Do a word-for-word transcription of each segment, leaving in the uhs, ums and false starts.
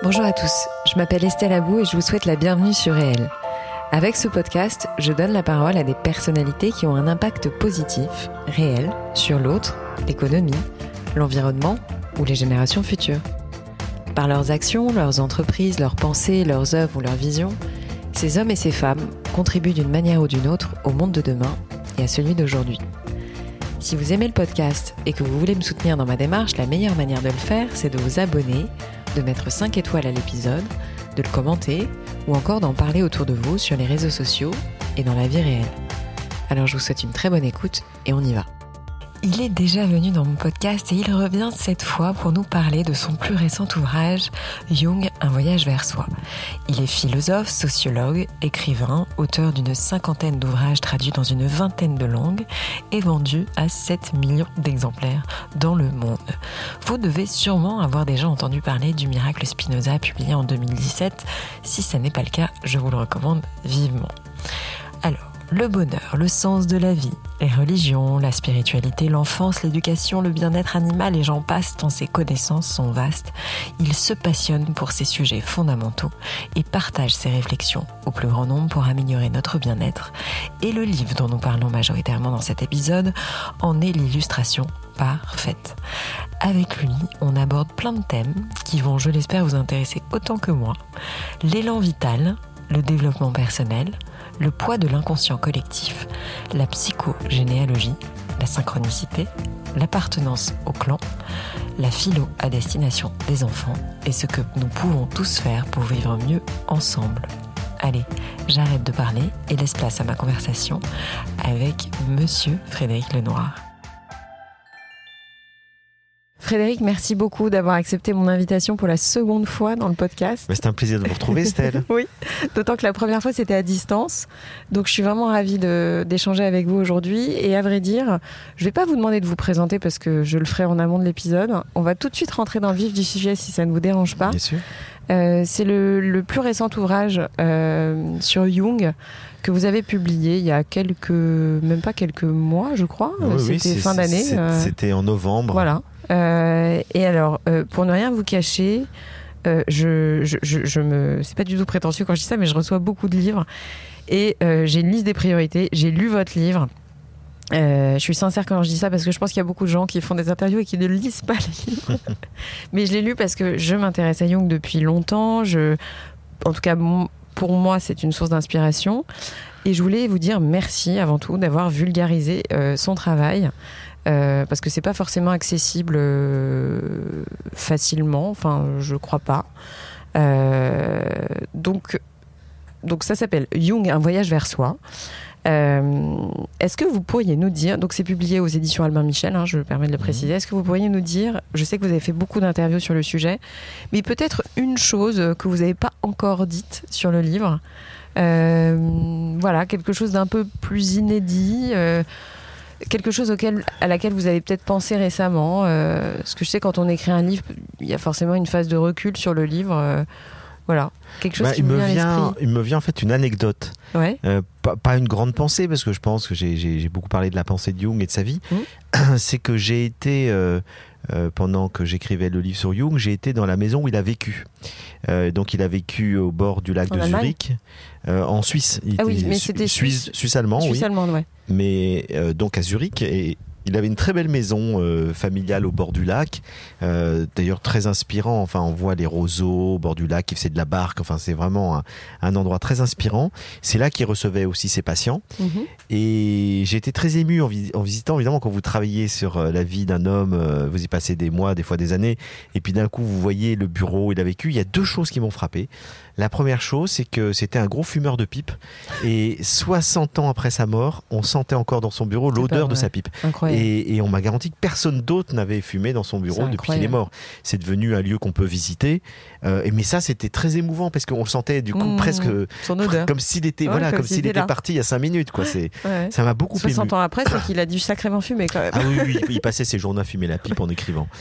Bonjour à tous, je m'appelle Estelle Abou et je vous souhaite la bienvenue sur Réel. Avec ce podcast, je donne la parole à des personnalités qui ont un impact positif, réel, sur l'autre, l'économie, l'environnement ou les générations futures. Par leurs actions, leurs entreprises, leurs pensées, leurs œuvres ou leurs visions, ces hommes et ces femmes contribuent d'une manière ou d'une autre au monde de demain et à celui d'aujourd'hui. Si vous aimez le podcast et que vous voulez me soutenir dans ma démarche, la meilleure manière de le faire, c'est de vous abonner, de mettre cinq étoiles à l'épisode, de le commenter ou encore d'en parler autour de vous sur les réseaux sociaux et dans la vie réelle. Alors je vous souhaite une très bonne écoute et on y va. Il est déjà venu dans mon podcast et il revient cette fois pour nous parler de son plus récent ouvrage, Jung, un voyage vers soi. Il est philosophe, sociologue, écrivain, auteur d'une cinquantaine d'ouvrages traduits dans une vingtaine de langues et vendus à sept millions d'exemplaires dans le monde. Vous devez sûrement avoir déjà entendu parler du Miracle Spinoza publié en deux mille dix-sept. Si ça n'est pas le cas, je vous le recommande vivement. Alors, le bonheur, le sens de la vie, les religions, la spiritualité, l'enfance, l'éducation, le bien-être animal et j'en passe tant ses connaissances sont vastes. Il se passionne pour ces sujets fondamentaux et partage ses réflexions au plus grand nombre pour améliorer notre bien-être. Et le livre dont nous parlons majoritairement dans cet épisode en est l'illustration parfaite. Avec lui, on aborde plein de thèmes qui vont, je l'espère, vous intéresser autant que moi. L'élan vital, le développement personnel, le poids de l'inconscient collectif, la psychogénéalogie, la synchronicité, l'appartenance au clan, la philo à destination des enfants et ce que nous pouvons tous faire pour vivre mieux ensemble. Allez, j'arrête de parler et laisse place à ma conversation avec Monsieur Frédéric Lenoir. Frédéric, merci beaucoup d'avoir accepté mon invitation pour la seconde fois dans le podcast. Mais c'est un plaisir de vous retrouver, Estelle. Oui, d'autant que la première fois, c'était à distance. Donc, je suis vraiment ravie de, d'échanger avec vous aujourd'hui. Et à vrai dire, je ne vais pas vous demander de vous présenter parce que je le ferai en amont de l'épisode. On va tout de suite rentrer dans le vif du sujet si ça ne vous dérange pas. Bien sûr. Euh, c'est le, le plus récent ouvrage euh, sur Jung que vous avez publié il y a quelques, même pas quelques mois, je crois. Oui, c'était oui, c'est, fin d'année. C'est, euh... C'était en novembre. Voilà. Euh, et alors, euh, pour ne rien vous cacher, euh, je, je, je, je me, c'est pas du tout prétentieux quand je dis ça, mais je reçois beaucoup de livres et euh, j'ai une liste des priorités. J'ai lu votre livre. Euh, je suis sincère quand je dis ça parce que je pense qu'il y a beaucoup de gens qui font des interviews et qui ne lisent pas les livres. Mais je l'ai lu parce que je m'intéresse à Jung depuis longtemps. Je, en tout cas, pour moi, c'est une source d'inspiration. Et je voulais vous dire merci avant tout d'avoir vulgarisé euh, son travail. Euh, parce que c'est pas forcément accessible euh, facilement, enfin je crois pas. Euh, donc, donc ça s'appelle Jung, un voyage vers soi. Euh, est-ce que vous pourriez nous dire, donc c'est publié aux éditions Albin Michel, hein, je me permets de le préciser, est-ce que vous pourriez nous dire, je sais que vous avez fait beaucoup d'interviews sur le sujet, mais peut-être une chose que vous n'avez pas encore dite sur le livre, euh, voilà, quelque chose d'un peu plus inédit, euh, quelque chose auquel, à laquelle vous avez peut-être pensé récemment, euh, parce que je sais quand on écrit un livre, il y a forcément une phase de recul sur le livre, euh, voilà, quelque chose bah, qui me vient, vient à l'esprit. Il me vient en fait une anecdote, ouais. euh, pas, pas une grande pensée, parce que je pense que j'ai, j'ai, j'ai beaucoup parlé de la pensée de Jung et de sa vie, mmh. C'est que j'ai été, euh, euh, pendant que j'écrivais le livre sur Jung, j'ai été dans la maison où il a vécu. Euh, donc il a vécu au bord du lac en de Allemagne. Zurich, euh, en Suisse. Il ah oui, mais su- c'était Suisse, Suisse-allemand, Suisse oui. Suisse-allemande, ouais. Mais euh, donc à Zurich, et il avait une très belle maison euh, familiale au bord du lac, euh, d'ailleurs très inspirant. Enfin, on voit les roseaux au bord du lac, il faisait de la barque. Enfin, c'est vraiment un, un endroit très inspirant. C'est là qu'il recevait aussi ses patients. Mm-hmm. Et j'ai été très ému en, vi- en visitant. Évidemment, quand vous travaillez sur euh, la vie d'un homme, euh, vous y passez des mois, des fois des années, et puis d'un coup, vous voyez le bureau où il a vécu. Il y a deux choses qui m'ont frappé. La première chose, c'est que c'était un gros fumeur de pipe. Et soixante ans après sa mort, on sentait encore dans son bureau l'odeur de sa pipe. Et, et on m'a garanti que personne d'autre n'avait fumé dans son bureau depuis qu'il est mort. C'est devenu un lieu qu'on peut visiter. Euh, et, mais ça, c'était très émouvant parce qu'on le sentait du coup mmh, presque son odeur. Comme s'il était, ouais, voilà, comme, comme s'il, s'il était parti il y a cinq minutes. Quoi. C'est, ouais. Ça m'a beaucoup ému. soixante ans après, c'est qu'il a dû sacrément fumer quand même. Ah oui, oui, il passait ses journées à fumer la pipe en écrivant.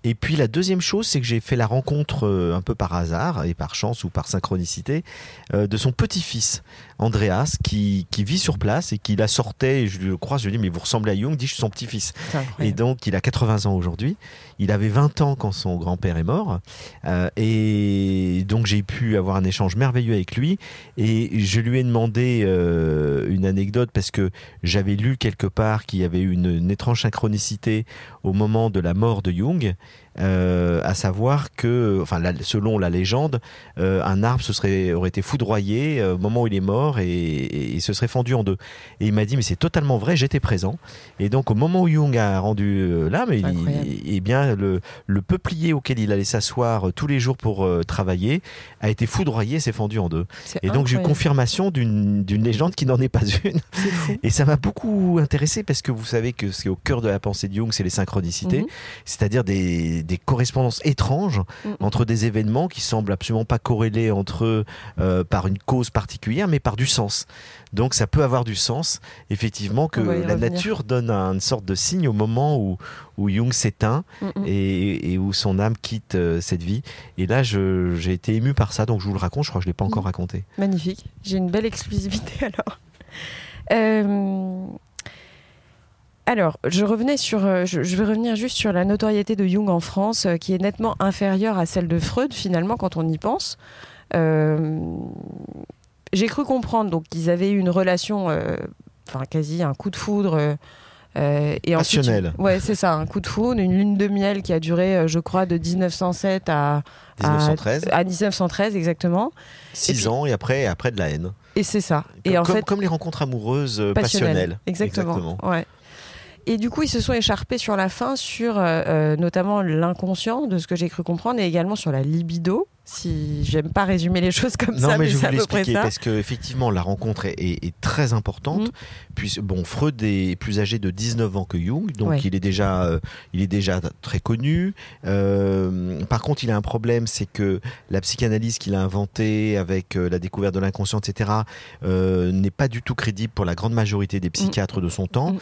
Et puis la deuxième chose, c'est que j'ai fait la rencontre euh, un peu par hasard et par chance ou par synchronicité euh, de son petit-fils Andreas qui, qui vit sur place et qui la sortait, et je le croise, je lui dis mais vous ressemblez à Jung, il dit je suis son petit-fils. Et donc il a quatre-vingts ans aujourd'hui, il avait vingt ans quand son grand-père est mort euh, et donc j'ai pu avoir un échange merveilleux avec lui et je lui ai demandé euh, une anecdote parce que j'avais lu quelque part qu'il y avait eu une, une étrange synchronicité au moment de la mort de Jung. Euh, à savoir que, enfin, la, selon la légende, euh, un arbre se serait, aurait été foudroyé euh, au moment où il est mort et, et, et se serait fendu en deux. Et il m'a dit, mais c'est totalement vrai, j'étais présent. Et donc, au moment où Jung a rendu euh, l'âme, et, et bien, le, le peuplier auquel il allait s'asseoir euh, tous les jours pour euh, travailler a été foudroyé, s'est fendu en deux. C'est et donc, incroyable. J'ai eu confirmation d'une, d'une légende qui n'en est pas une. C'est fou. Et ça m'a beaucoup intéressé parce que vous savez que ce qui est au cœur de la pensée de Jung, c'est les synchronicités, mmh. c'est-à-dire des des correspondances étranges mmh. entre des événements qui semblent absolument pas corrélés entre eux euh, par une cause particulière, mais par du sens. Donc ça peut avoir du sens, effectivement, que la revenir. nature donne une sorte de signe au moment où, où Jung s'éteint mmh. et, et où son âme quitte euh, cette vie. Et là, je, j'ai été ému par ça, donc je vous le raconte, je crois que je ne l'ai pas encore mmh. raconté. Magnifique, j'ai une belle exclusivité alors. Euh... Alors, je revenais sur, je, je vais revenir juste sur la notoriété de Jung en France, euh, qui est nettement inférieure à celle de Freud, finalement, quand on y pense. Euh, j'ai cru comprendre donc qu'ils avaient eu une relation, euh, enfin quasi un coup de foudre. Euh, et Passionnel. Ensuite, ouais, c'est ça, un coup de foudre, une lune de miel qui a duré, je crois, de dix-neuf cent sept à dix-neuf cent treize. À, à dix-neuf cent treize, exactement. Six et puis, ans et après, après de la haine. Et c'est ça. Comme, et en comme, fait, comme les rencontres amoureuses passionnelles. passionnelles. Exactement. exactement. Ouais. Et du coup, ils se sont écharpés sur la fin sur euh, notamment l'inconscient, de ce que j'ai cru comprendre, et également sur la libido. Si j'aime pas résumer les choses comme non, ça, mais, mais je c'est vais à peu près l'expliquer ça. Parce que effectivement, la rencontre est, est, est très importante. Mmh. Puis bon, Freud est plus âgé de dix-neuf ans que Jung, donc ouais. il est déjà, euh, il est déjà très connu. Euh, par contre, il a un problème, c'est que la psychanalyse qu'il a inventée avec euh, la découverte de l'inconscient, et cetera, euh, n'est pas du tout crédible pour la grande majorité des psychiatres mmh. de son temps, mmh.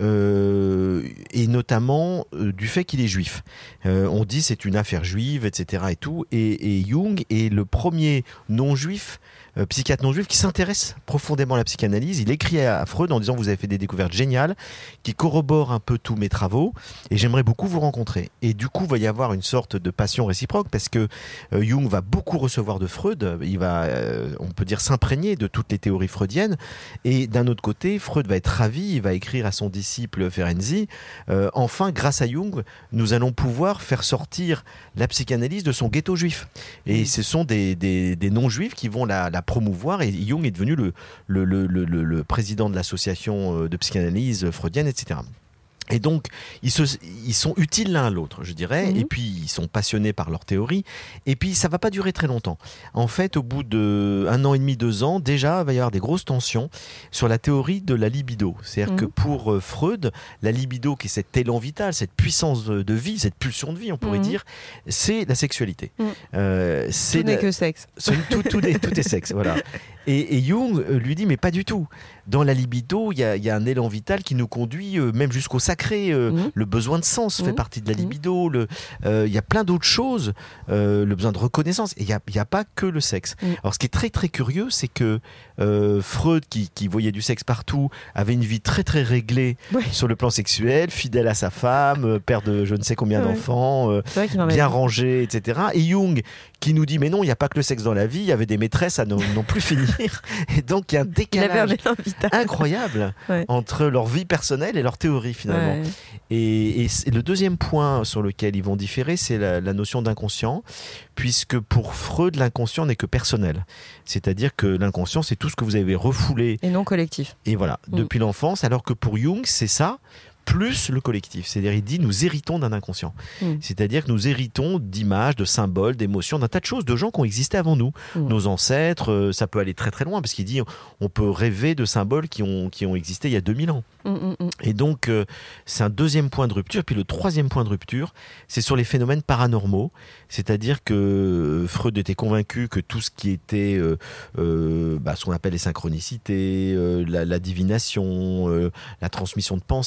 euh, et notamment euh, du fait qu'il est juif. Euh, on dit c'est une affaire juive, et cetera et tout, et, et Jung est le premier non-juif, euh, psychiatre non-juif qui s'intéresse profondément à la psychanalyse. Il écrit à Freud en disant vous avez fait des découvertes géniales qui corroborent un peu tous mes travaux et j'aimerais beaucoup vous rencontrer. Et du coup, il va y avoir une sorte de passion réciproque parce que euh, Jung va beaucoup recevoir de Freud, il va, euh, on peut dire, s'imprégner de toutes les théories freudiennes et d'un autre côté, Freud va être ravi, il va écrire à son disciple Ferenczi euh, enfin, grâce à Jung, nous allons pouvoir faire sortir la psychanalyse de son ghetto juif. Et ce sont des, des, des non-juifs qui vont la, la promouvoir et Jung est devenu le, le, le, le, le président de l'association de psychanalyse freudienne, et cetera. Et donc, ils, se, ils sont utiles l'un à l'autre, je dirais, mmh. et puis ils sont passionnés par leur théorie, et puis ça ne va pas durer très longtemps. En fait, au bout d'un an et demi, deux ans, déjà, il va y avoir des grosses tensions sur la théorie de la libido. C'est-à-dire mmh. que pour euh, Freud, la libido, qui est cet élan vital, cette puissance de, de vie, cette pulsion de vie, on pourrait mmh. dire, c'est la sexualité. Mmh. Euh, c'est tout n'est que sexe. Tout, tout, est, tout est sexe, voilà. Et, et Jung lui dit, mais pas du tout. Dans la libido, il y a, y a un élan vital qui nous conduit euh, même jusqu'au sacré. Euh, mmh. Le besoin de sens mmh. fait partie de la libido. Il euh, y a plein d'autres choses. Euh, le besoin de reconnaissance. Et il n'y a, y a pas que le sexe. Mmh. Alors, ce qui est très, très curieux, c'est que euh, Freud, qui, qui voyait du sexe partout, avait une vie très, très réglée ouais. sur le plan sexuel, fidèle à sa femme, père de je ne sais combien ouais. d'enfants, euh, bien rangé, et cetera. Et Jung, qui nous dit, mais non, il n'y a pas que le sexe dans la vie. Il y avait des maîtresses à non, non plus finir. Et donc, il y a un décalage incroyable ouais. entre leur vie personnelle et leur théorie, finalement. Ouais. Et, et le deuxième point sur lequel ils vont différer, c'est la, la notion d'inconscient, puisque pour Freud, l'inconscient n'est que personnel. C'est-à-dire que l'inconscient, c'est tout ce que vous avez refoulé. Et non collectif. Et voilà, mmh. depuis l'enfance, alors que pour Jung, c'est ça, plus le collectif. C'est-à-dire, il dit, nous héritons d'un inconscient. Mmh. C'est-à-dire que nous héritons d'images, de symboles, d'émotions, d'un tas de choses, de gens qui ont existé avant nous. Mmh. Nos ancêtres, euh, ça peut aller très très loin, parce qu'il dit, on peut rêver de symboles qui ont, qui ont existé il y a deux mille ans. Mmh, mmh. Et donc, euh, c'est un deuxième point de rupture. Puis le troisième point de rupture, c'est sur les phénomènes paranormaux. C'est-à-dire que Freud était convaincu que tout ce qui était euh, euh, bah, ce qu'on appelle les synchronicités, euh, la, la divination, euh, la transmission de pensée,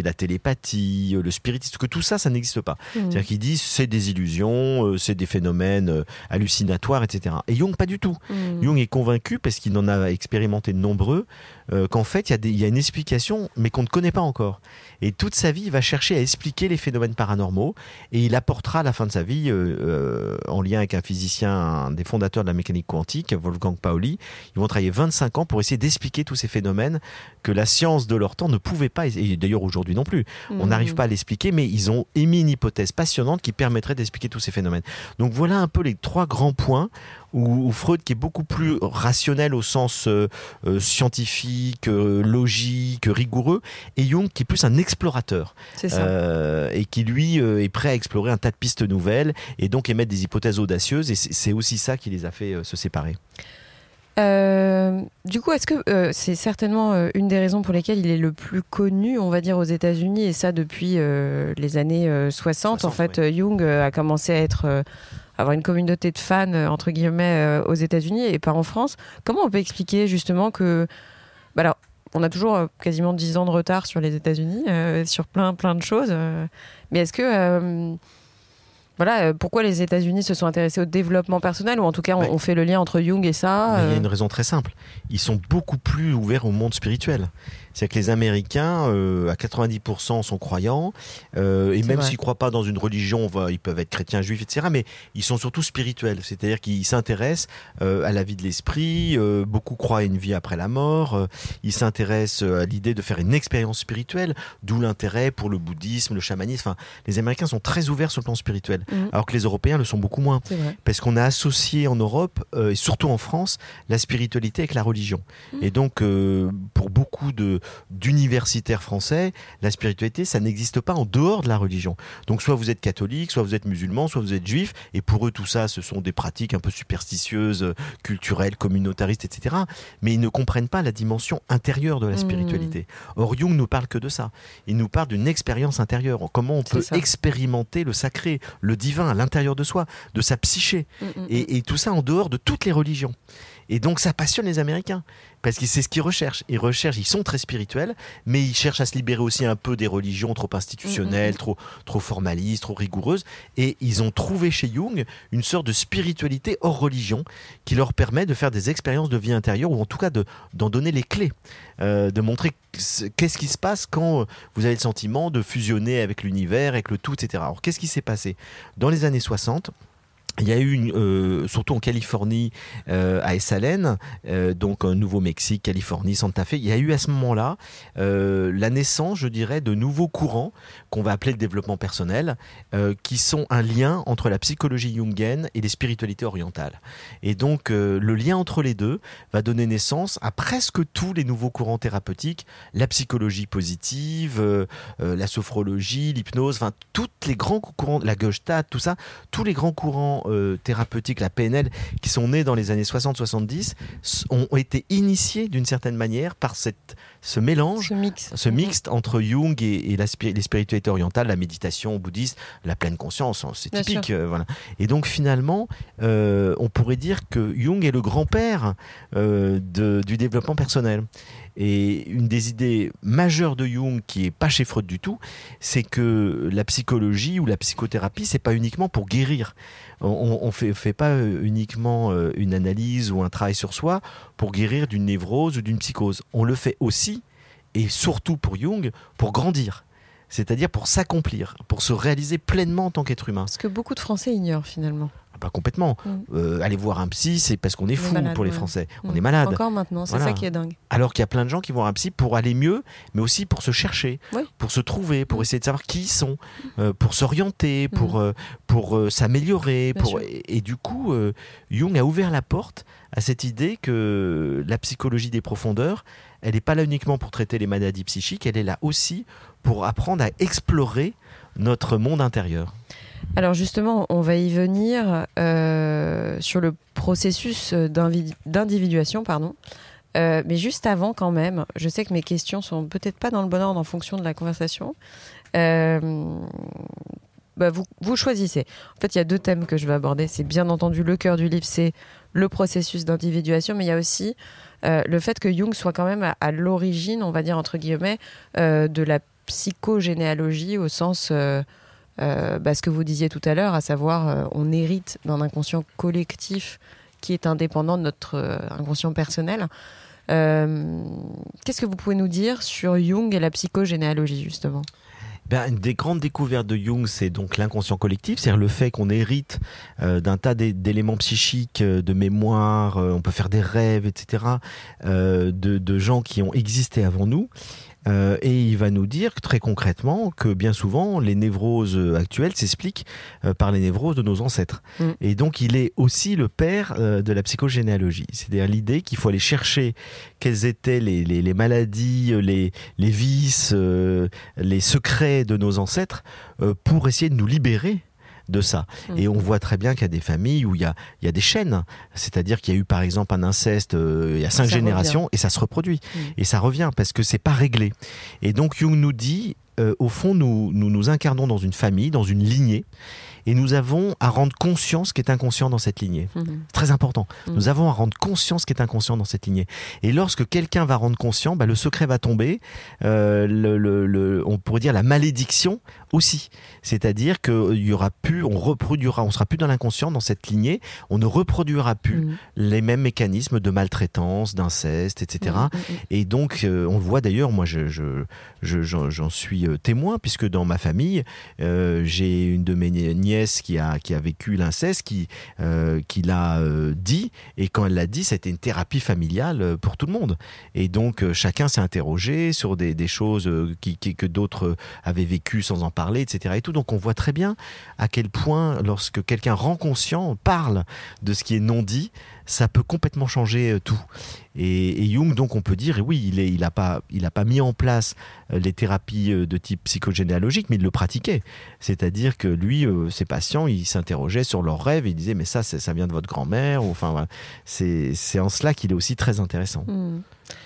la télépathie, le spiritisme, que tout ça, ça n'existe pas. Mmh. C'est-à-dire qu'il dit c'est des illusions, euh, c'est des phénomènes euh, hallucinatoires, et cetera. Et Jung, pas du tout. Mmh. Jung est convaincu, parce qu'il en a expérimenté de nombreux, euh, qu'en fait, il y, y a une explication, mais qu'on ne connaît pas encore. Et toute sa vie, il va chercher à expliquer les phénomènes paranormaux, et il apportera à la fin de sa vie, euh, euh, en lien avec un physicien, un des fondateurs de la mécanique quantique, Wolfgang Pauli, ils vont travailler vingt-cinq ans pour essayer d'expliquer tous ces phénomènes que la science de leur temps ne pouvait pas, et d'ailleurs aujourd'hui non plus. Mmh. On n'arrive pas à l'expliquer, mais ils ont émis une hypothèse passionnante qui permettrait d'expliquer tous ces phénomènes. Donc voilà un peu les trois grands points où, où Freud, qui est beaucoup plus rationnel au sens euh, euh, scientifique, euh, logique, rigoureux, et Jung qui est plus un explorateur. C'est ça. Euh, et qui lui euh, est prêt à explorer un tas de pistes nouvelles et donc émettre des hypothèses audacieuses, et c'est, c'est aussi ça qui les a fait euh, se séparer. Euh, du coup, est-ce que euh, c'est certainement euh, une des raisons pour lesquelles il est le plus connu, on va dire, aux États-Unis, et ça depuis euh, les années euh, soixante, soixante. En fait, oui. Jung euh, a commencé à être, euh, avoir une communauté de fans euh, entre guillemets euh, aux États-Unis et pas en France. Comment on peut expliquer justement que, bah alors, on a toujours euh, quasiment dix ans de retard sur les États-Unis, euh, sur plein plein de choses. Euh, mais est-ce que euh, Voilà, pourquoi les États-Unis se sont intéressés au développement personnel, ou en tout cas on, ouais. on fait le lien entre Jung et ça. Euh... Il y a une raison très simple. Ils sont beaucoup plus ouverts au monde spirituel. C'est que les Américains, euh, à quatre-vingt-dix pour cent, sont croyants, euh, et c'est même vrai. S'ils ne croient pas dans une religion, va, ils peuvent être chrétiens, juifs, et cetera, mais ils sont surtout spirituels, c'est-à-dire qu'ils s'intéressent euh, à la vie de l'esprit, euh, beaucoup croient à une vie après la mort, euh, ils s'intéressent à l'idée de faire une expérience spirituelle, d'où l'intérêt pour le bouddhisme, le chamanisme. Enfin, les Américains sont très ouverts sur le plan spirituel, mmh. alors que les Européens le sont beaucoup moins, parce qu'on a associé en Europe, euh, et surtout en France, la spiritualité avec la religion. Mmh. Et donc, euh, pour beaucoup de d'universitaires français, la spiritualité, ça n'existe pas en dehors de la religion. Donc soit vous êtes catholique, soit vous êtes musulman, soit vous êtes juif, et pour eux tout ça, ce sont des pratiques un peu superstitieuses, culturelles, communautaristes, et cetera. Mais ils ne comprennent pas la dimension intérieure de la spiritualité. Mmh. Or Jung nous parle que de ça. Il nous parle d'une expérience intérieure. Comment on peut expérimenter le sacré, le divin à l'intérieur de soi, de sa psyché, mmh. et, et tout ça en dehors de toutes les religions. Et donc ça passionne les Américains, parce que c'est ce qu'ils recherchent. Ils recherchent, ils sont très spirituels, mais ils cherchent à se libérer aussi un peu des religions trop institutionnelles, mmh. trop, trop formalistes, trop rigoureuses. Et ils ont trouvé chez Jung une sorte de spiritualité hors religion qui leur permet de faire des expériences de vie intérieure, ou en tout cas de, d'en donner les clés, euh, de montrer qu'est-ce qui se passe quand vous avez le sentiment de fusionner avec l'univers, avec le tout, et cetera. Alors qu'est-ce qui s'est passé ? Dans les années soixante, il y a eu, une, euh, surtout en Californie, euh, à Esalen, euh, donc au Nouveau-Mexique, Californie, Santa Fe, il y a eu à ce moment-là euh, la naissance, je dirais, de nouveaux courants qu'on va appeler le développement personnel, euh, qui sont un lien entre la psychologie jungienne et les spiritualités orientales. Et donc, euh, le lien entre les deux va donner naissance à presque tous les nouveaux courants thérapeutiques, la psychologie positive, euh, euh, la sophrologie, l'hypnose, enfin, tous les grands courants, la Gestalt, tout ça, tous les grands courants Euh, thérapeutiques, la P N L, qui sont nés dans les années soixante soixante-dix, ont été initiés d'une certaine manière par cette, ce mélange, ce mix, ce mixte mmh. entre Jung et, et la, les spiritualités orientales, la méditation bouddhiste, la pleine conscience, c'est Bien typique. Euh, voilà. Et donc finalement, euh, on pourrait dire que Jung est le grand-père euh, de, du développement personnel. Et une des idées majeures de Jung, qui est pas chez Freud du tout, c'est que la psychologie ou la psychothérapie, c'est pas uniquement pour guérir. On ne fait, fait pas uniquement une analyse ou un travail sur soi pour guérir d'une névrose ou d'une psychose. On le fait aussi, et surtout pour Jung, pour grandir. C'est-à-dire pour s'accomplir, pour se réaliser pleinement en tant qu'être humain. Ce que beaucoup de Français ignorent finalement. Pas complètement. Mmh. Euh, aller voir un psy, c'est parce qu'on est fou malade, pour les ouais. Français. Mmh. On est malade. Encore maintenant, c'est voilà. ça qui est dingue. Alors qu'il y a plein de gens qui vont voir un psy pour aller mieux, mais aussi pour se chercher, oui. pour se trouver, pour mmh. essayer de savoir qui ils sont, euh, pour s'orienter, pour, mmh. euh, pour euh, s'améliorer. Pour... Et, et du coup, euh, Jung a ouvert la porte à cette idée que la psychologie des profondeurs, elle n'est pas là uniquement pour traiter les maladies psychiques, elle est là aussi pour apprendre à explorer notre monde intérieur. Alors justement, on va y venir euh, sur le processus d'individuation, pardon. Euh, mais juste avant quand même, je sais que mes questions sont peut-être pas dans le bon ordre en fonction de la conversation. Euh, bah vous, vous choisissez. En fait, il y a deux thèmes que je vais aborder. C'est bien entendu le cœur du livre, c'est le processus d'individuation, mais il y a aussi euh, le fait que Jung soit quand même à, à l'origine, on va dire entre guillemets, euh, de la psychogénéalogie au sens, euh, euh, bah, ce que vous disiez tout à l'heure, à savoir euh, on hérite d'un inconscient collectif qui est indépendant de notre euh, inconscient personnel. Euh, qu'est-ce que vous pouvez nous dire sur Jung et la psychogénéalogie, justement ? Ben, une des grandes découvertes de Jung, c'est donc l'inconscient collectif, c'est-à-dire le fait qu'on hérite euh, d'un tas d'éléments psychiques, euh, de mémoire, euh, on peut faire des rêves, et cetera, euh, de, de gens qui ont existé avant nous. Euh, et il va nous dire très concrètement que bien souvent les névroses actuelles s'expliquent euh, par les névroses de nos ancêtres. Mmh. Et donc il est aussi le père euh, de la psychogénéalogie. C'est-à-dire l'idée qu'il faut aller chercher quelles étaient les, les, les maladies, les, les vices, euh, les secrets de nos ancêtres euh, pour essayer de nous libérer de ça. Mmh. Et on voit très bien qu'il y a des familles où il y a, il y a des chaînes. C'est-à-dire qu'il y a eu par exemple un inceste euh, il y a cinq ça générations revient. Et ça se reproduit. Mmh. Et ça revient parce que c'est pas réglé. Et donc Jung nous dit, euh, au fond, nous, nous nous incarnons dans une famille, dans une lignée. Et nous avons à rendre conscient ce qui est inconscient dans cette lignée. Mmh. Très important. Mmh. Nous avons à rendre conscient ce qui est inconscient dans cette lignée. Et lorsque quelqu'un va rendre conscient, bah, le secret va tomber. Euh, le, le, le, on pourrait dire la malédiction aussi. C'est-à-dire qu'il y aura plus, on reproduira, on sera plus dans l'inconscient, dans cette lignée. On ne reproduira plus mmh. les mêmes mécanismes de maltraitance, d'inceste, et cetera. Mmh. Et donc, euh, on le voit d'ailleurs, moi, je, je, je, j'en, j'en suis témoin, puisque dans ma famille, euh, j'ai une de mes nièces qui a, qui a vécu l'inceste, qui, euh, qui l'a euh, dit, et quand elle l'a dit, c'était une thérapie familiale pour tout le monde. Et donc, euh, chacun s'est interrogé sur des, des choses qui, qui, que d'autres avaient vécues sans en parler, et cetera. Et tout. Donc, on voit très bien à quel point, lorsque quelqu'un rend conscient, parle de ce qui est non dit, ça peut complètement changer tout. Et, et Jung, donc, on peut dire, et oui, il est, il a pas, il a pas mis en place les thérapies de type psychogénéalogique, mais il le pratiquait. C'est-à-dire que lui, euh, ses patients, il s'interrogeait sur leurs rêves, et il disait, mais ça, ça vient de votre grand-mère. Ou, enfin, voilà. c'est, c'est en cela qu'il est aussi très intéressant. Mmh.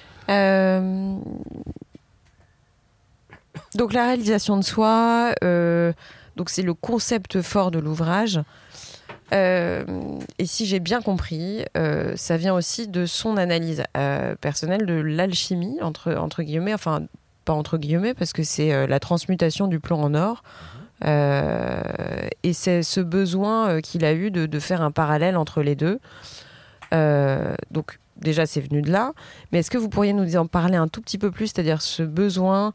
Euh... Donc, la réalisation de soi, euh... donc c'est le concept fort de l'ouvrage. Euh, et si j'ai bien compris, euh, ça vient aussi de son analyse euh, personnelle de l'alchimie, entre, entre guillemets, enfin, pas entre guillemets, parce que c'est euh, la transmutation du plomb en or. Euh, et c'est ce besoin euh, qu'il a eu de, de faire un parallèle entre les deux. Euh, donc, déjà, c'est venu de là. Mais est-ce que vous pourriez nous en parler un tout petit peu plus, c'est-à-dire ce besoin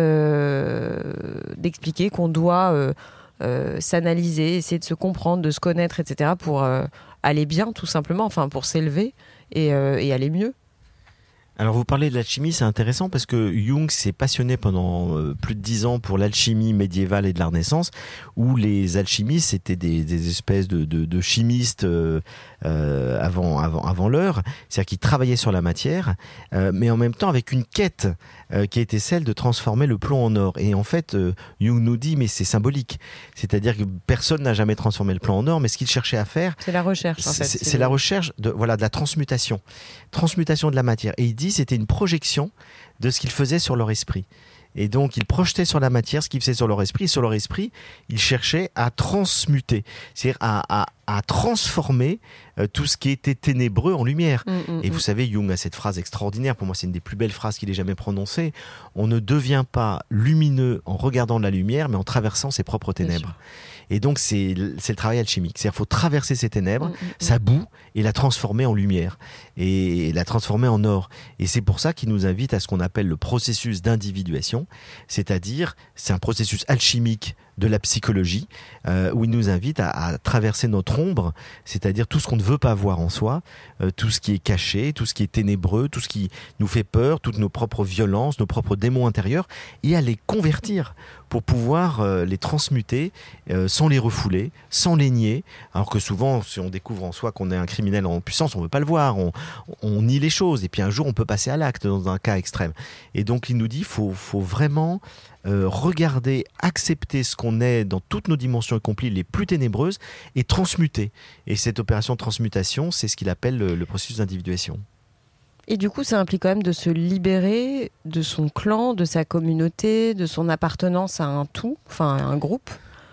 euh, d'expliquer qu'on doit... Euh, Euh, s'analyser, essayer de se comprendre, de se connaître, et cetera pour euh, aller bien, tout simplement, enfin pour s'élever et, euh, et aller mieux. Alors vous parlez de l'alchimie, c'est intéressant parce que Jung s'est passionné pendant euh, plus de dix ans pour l'alchimie médiévale et de la Renaissance, où les alchimistes c'était des, des espèces de, de, de chimistes euh, euh, avant, avant, avant l'heure, c'est-à-dire qu'ils travaillaient sur la matière, euh, mais en même temps avec une quête euh, qui était celle de transformer le plomb en or. Et en fait, euh, Jung nous dit, mais c'est symbolique, c'est-à-dire que personne n'a jamais transformé le plomb en or, mais ce qu'il cherchait à faire, c'est la recherche. En fait, c'est, c'est, c'est la recherche de, voilà, de la transmutation, transmutation de la matière. Et il dit c'était une projection de ce qu'ils faisaient sur leur esprit. Et donc, ils projetaient sur la matière ce qu'ils faisaient sur leur esprit. Et sur leur esprit, ils cherchaient à transmuter, c'est-à-dire à, à, à transformer euh, tout ce qui était ténébreux en lumière. Mmh, mmh, et vous mmh. savez, Jung a cette phrase extraordinaire, pour moi c'est une des plus belles phrases qu'il ait jamais prononcées. On ne devient pas lumineux en regardant la lumière, mais en traversant ses propres ténèbres. Et donc, c'est, c'est le travail alchimique. C'est-à-dire qu'il faut traverser ces ténèbres, mmh, sa boue, et la transformer en lumière. Et la transformer en or. Et c'est pour ça qu'il nous invite à ce qu'on appelle le processus d'individuation. C'est-à-dire, c'est un processus alchimique de la psychologie, euh, où il nous invite à, à traverser notre ombre, c'est-à-dire tout ce qu'on ne veut pas voir en soi, euh, tout ce qui est caché, tout ce qui est ténébreux, tout ce qui nous fait peur, toutes nos propres violences, nos propres démons intérieurs, et à les convertir pour pouvoir euh, les transmuter euh, sans les refouler, sans les nier, alors que souvent, si on découvre en soi qu'on est un criminel en puissance, on ne veut pas le voir, on, on nie les choses, et puis un jour on peut passer à l'acte dans un cas extrême. Et donc il nous dit, il faut, faut vraiment euh, regarder, accepter ce qu'on est dans toutes nos dimensions accomplies les plus ténébreuses, et transmuter. Et cette opération de transmutation, c'est ce qu'il appelle le, le processus d'individuation. Et du coup, ça implique quand même de se libérer de son clan, de sa communauté, de son appartenance à un tout, enfin à un groupe.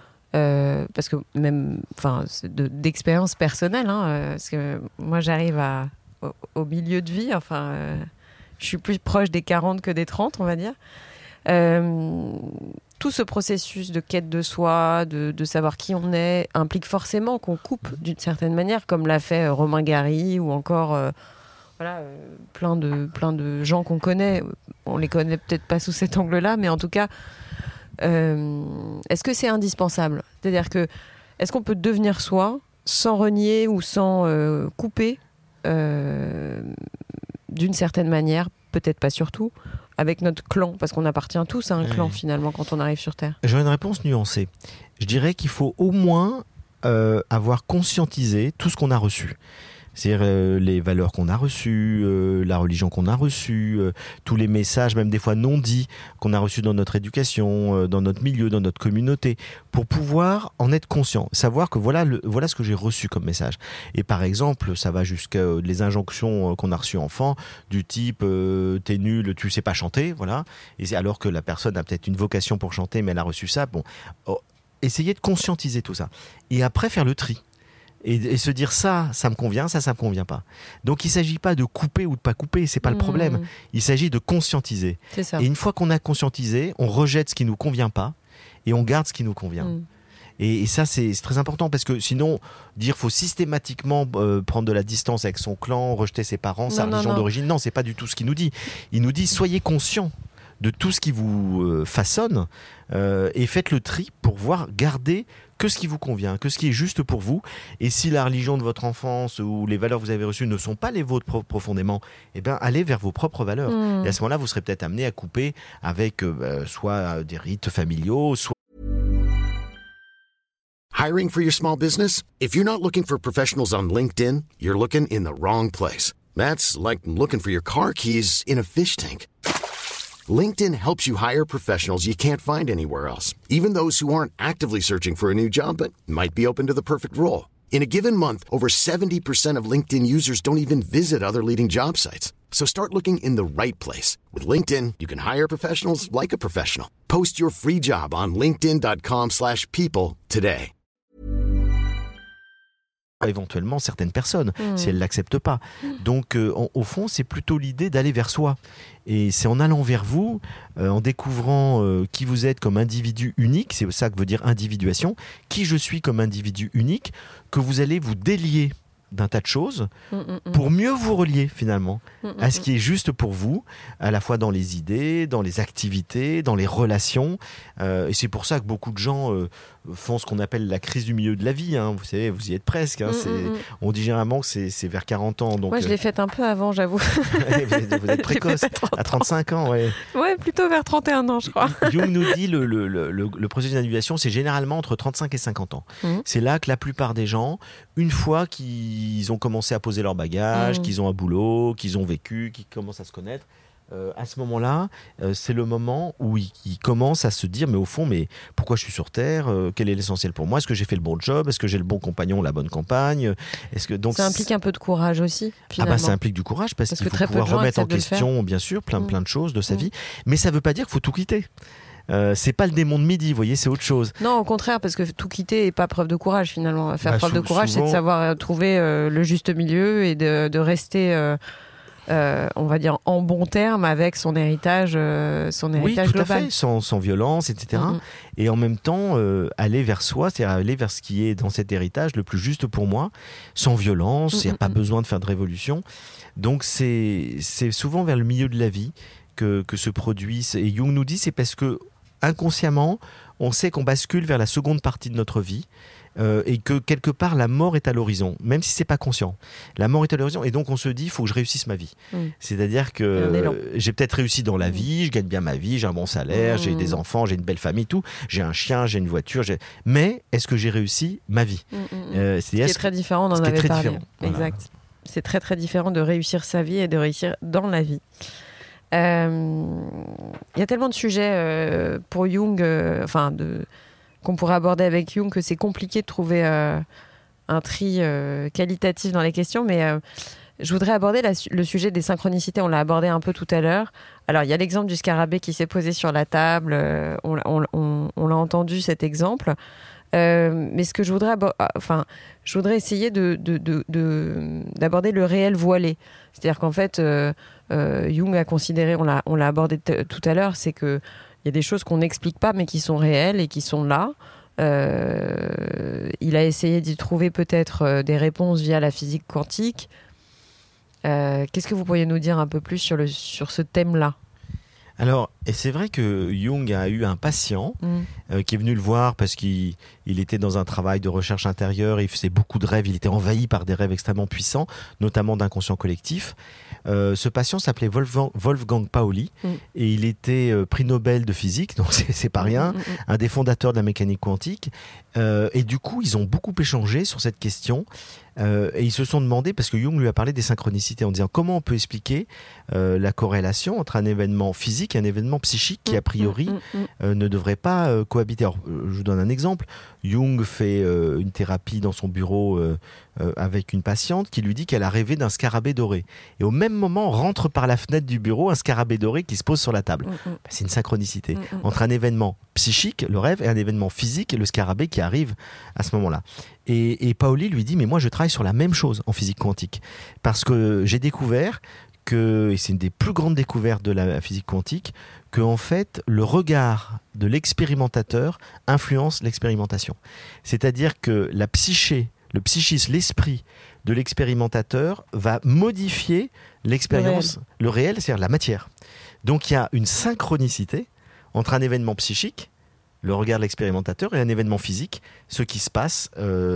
Euh, parce que même, enfin, de, d'expérience personnelle, hein, euh, parce que moi j'arrive à, au, au milieu de vie, enfin, euh, je suis plus proche des quarante que des trente, on va dire. Euh, tout ce processus de quête de soi, de, de savoir qui on est, implique forcément qu'on coupe d'une certaine manière, comme l'a fait Romain Gary ou encore euh, voilà, euh, plein, de, plein de gens qu'on connaît. On les connaît peut-être pas sous cet angle-là, mais en tout cas, euh, est-ce que c'est indispensable ? C'est-à-dire que, est-ce qu'on peut devenir soi sans renier ou sans euh, couper euh, d'une certaine manière, peut-être pas surtout, avec notre clan, parce qu'on appartient tous à un clan, oui. finalement, quand on arrive sur Terre. J'aurais une réponse nuancée. Je dirais qu'il faut au moins euh, avoir conscientisé tout ce qu'on a reçu. C'est-à-dire euh, les valeurs qu'on a reçues, euh, la religion qu'on a reçue, euh, tous les messages, même des fois non dits, qu'on a reçus dans notre éducation, euh, dans notre milieu, dans notre communauté, pour pouvoir en être conscient, savoir que voilà, le, voilà ce que j'ai reçu comme message. Et par exemple, ça va jusqu'à euh, les injonctions euh, qu'on a reçues enfant, du type euh, t'es nul, tu sais pas chanter, voilà. Et alors que la personne a peut-être une vocation pour chanter, mais elle a reçu ça. Bon, oh, essayez de conscientiser tout ça. Et après, faire le tri. Et, et se dire ça, ça me convient, ça, ça me convient pas. Donc il ne s'agit pas de couper ou de pas couper, c'est pas mmh. le problème. Il s'agit de conscientiser. C'est ça. Et une fois qu'on a conscientisé, on rejette ce qui nous convient pas et on garde ce qui nous convient. Mmh. Et, et ça, c'est, c'est très important parce que sinon, dire faut systématiquement euh, prendre de la distance avec son clan, rejeter ses parents, non, sa non, religion non. d'origine, non, c'est pas du tout ce qu'il nous dit. Il nous dit soyez conscients de tout ce qui vous euh, façonne euh, et faites le tri pour voir garder que ce qui vous convient, que ce qui est juste pour vous. Et si la religion de votre enfance ou les valeurs que vous avez reçues ne sont pas les vôtres profondément, eh bien, allez vers vos propres valeurs. Mmh. Et à ce moment-là, vous serez peut-être amené à couper avec euh, soit des rites familiaux, soit... Hiring for your small business? If you're not looking for professionals on LinkedIn, you're looking in the wrong place. That's like looking for your car keys in a fish tank. LinkedIn helps you hire professionals you can't find anywhere else, even those who aren't actively searching for a new job but might be open to the perfect role. In a given month, over seventy percent of LinkedIn users don't even visit other leading job sites. So start looking in the right place. With LinkedIn, you can hire professionals like a professional. Post your free job on linkedin dot com slash people today. Éventuellement certaines personnes, mmh. si elles ne l'acceptent pas. Donc, euh, en, au fond, c'est plutôt l'idée d'aller vers soi. Et c'est en allant vers vous, euh, en découvrant euh, qui vous êtes comme individu unique, c'est ça que veut dire individuation, qui je suis comme individu unique, que vous allez vous délier d'un tas de choses mmh, mmh. pour mieux vous relier finalement mmh, à ce qui est juste pour vous, à la fois dans les idées, dans les activités, dans les relations. Euh, et c'est pour ça que beaucoup de gens euh, font ce qu'on appelle la crise du milieu de la vie. Hein. Vous savez, vous y êtes presque. Hein. Mmh, c'est, mmh. On dit généralement que c'est, c'est vers quarante ans. Donc, Moi, je l'ai faite un peu avant, j'avoue. vous, êtes, vous êtes précoce, à trente-cinq ans. Ouais. ouais, plutôt vers trente et un ans, je crois. Jung nous dit le, le, le, le, le processus d'individuation, c'est généralement entre trente-cinq et cinquante ans. Mmh. C'est là que la plupart des gens, une fois qu'ils ont commencé à poser leurs bagages, mmh. qu'ils ont un boulot, qu'ils ont vécu, qu'ils commencent à se connaître, Euh, à ce moment-là, euh, c'est le moment où ils, ils commencent à se dire mais au fond, mais pourquoi je suis sur Terre euh, Quel est l'essentiel pour moi Est-ce que j'ai fait le bon job Est-ce que j'ai le bon compagnon, la bonne compagne Est-ce que donc ça implique un peu de courage aussi. Finalement. Ah bah ça implique du courage parce, parce qu'il faut que pouvoir remettre en question, bien sûr, plein mmh. plein de choses de sa mmh. vie. Mais ça ne veut pas dire qu'il faut tout quitter. Euh, c'est pas le démon de midi, vous voyez, c'est autre chose. Non, au contraire, parce que tout quitter est pas preuve de courage finalement. Faire bah, preuve sou- de courage, souvent... c'est de savoir trouver euh, le juste milieu et de, de rester. Euh, Euh, on va dire en bon terme avec son héritage, euh, son héritage oui, tout global. à fait, sans, sans violence, et cetera. Mm-hmm. Et en même temps, euh, aller vers soi, c'est-à-dire aller vers ce qui est dans cet héritage le plus juste pour moi, sans violence. Il mm-hmm. n'y a pas besoin de faire de révolution. Donc c'est c'est souvent vers le milieu de la vie que que se produit. Et Jung nous dit, c'est parce que inconsciemment, on sait qu'on bascule vers la seconde partie de notre vie. Euh, et que quelque part la mort est à l'horizon, même si c'est pas conscient. La mort est à l'horizon et donc on se dit il faut que je réussisse ma vie. Mmh. C'est-à-dire que euh, j'ai peut-être réussi dans la vie, je gagne bien ma vie, j'ai un bon salaire, mmh. j'ai des enfants, j'ai une belle famille, tout. J'ai un chien, j'ai une voiture. J'ai... Mais est-ce que j'ai réussi ma vie mmh. euh, c'est, Ce qui est très différent, on en avait parlé. Différent. Exact. Voilà. C'est très très différent de réussir sa vie et de réussir dans la vie. Il euh, y a tellement de sujets euh, pour Jung, euh, enfin de qu'on pourrait aborder avec Jung, que c'est compliqué de trouver euh, un tri euh, qualitatif dans les questions, mais euh, je voudrais aborder la, le sujet des synchronicités, on l'a abordé un peu tout à l'heure. Alors, il y a l'exemple du scarabée qui s'est posé sur la table, euh, on, on, on, on l'a entendu cet exemple, euh, mais ce que je voudrais, abo- enfin, je voudrais essayer de, de, de, de, d'aborder le réel voilé. C'est-à-dire qu'en fait, euh, euh, Jung a considéré, on l'a, on l'a abordé t- tout à l'heure, c'est que il y a des choses qu'on n'explique pas, mais qui sont réelles et qui sont là. Euh, il a essayé d'y trouver peut-être euh, des réponses via la physique quantique. Euh, qu'est-ce que vous pourriez nous dire un peu plus sur, le, sur ce thème-là ? Alors, et c'est vrai que Jung a eu un patient mmh. euh, qui est venu le voir parce qu'il il était dans un travail de recherche intérieure, il faisait beaucoup de rêves, il était envahi par des rêves extrêmement puissants, notamment d'inconscient collectif. Euh, ce patient s'appelait Wolfgang, Wolfgang Pauli mmh. et il était euh, prix Nobel de physique, donc c'est, c'est pas rien, mmh. un des fondateurs de la mécanique quantique. Euh, et du coup, ils ont beaucoup échangé sur cette question. Euh, et ils se sont demandé, parce que Jung lui a parlé des synchronicités en disant comment on peut expliquer euh, la corrélation entre un événement physique et un événement psychique qui a priori euh, ne devrait pas euh, cohabiter. Alors, je vous donne un exemple. Jung fait euh, une thérapie dans son bureau euh, euh, avec une patiente qui lui dit qu'elle a rêvé d'un scarabée doré. Et au même moment, rentre par la fenêtre du bureau un scarabée doré qui se pose sur la table. Mm-hmm. Ben, c'est une synchronicité mm-hmm. entre un événement psychique, le rêve, et un événement physique, le scarabée qui arrive à ce moment-là. Et, et Pauli lui dit, mais moi je travaille sur la même chose en physique quantique. Parce que j'ai découvert que, et c'est une des plus grandes découvertes de la physique quantique, que en fait, le regard de l'expérimentateur influence l'expérimentation. C'est-à-dire que la psyché, le psychisme, l'esprit de l'expérimentateur va modifier l'expérience, le réel, le réel c'est-à-dire la matière. Donc il y a une synchronicité entre un événement psychique, le regard de l'expérimentateur, et un événement physique, ce qui se passe